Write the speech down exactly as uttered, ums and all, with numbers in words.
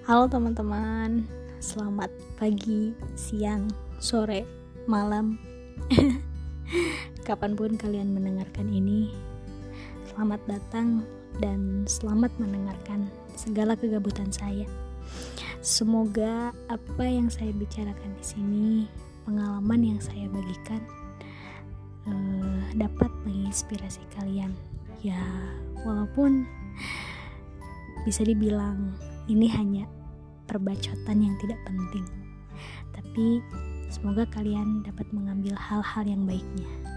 Halo teman-teman, selamat pagi, siang, sore, malam. Kapanpun kalian mendengarkan ini, selamat datang dan selamat mendengarkan segala kegabutan saya. Semoga apa yang saya bicarakan di sini, pengalaman yang saya bagikan, eh, dapat menginspirasi kalian. Ya, walaupun bisa dibilang ini hanya perbacotan yang tidak penting, tapi semoga kalian dapat mengambil hal-hal yang baiknya.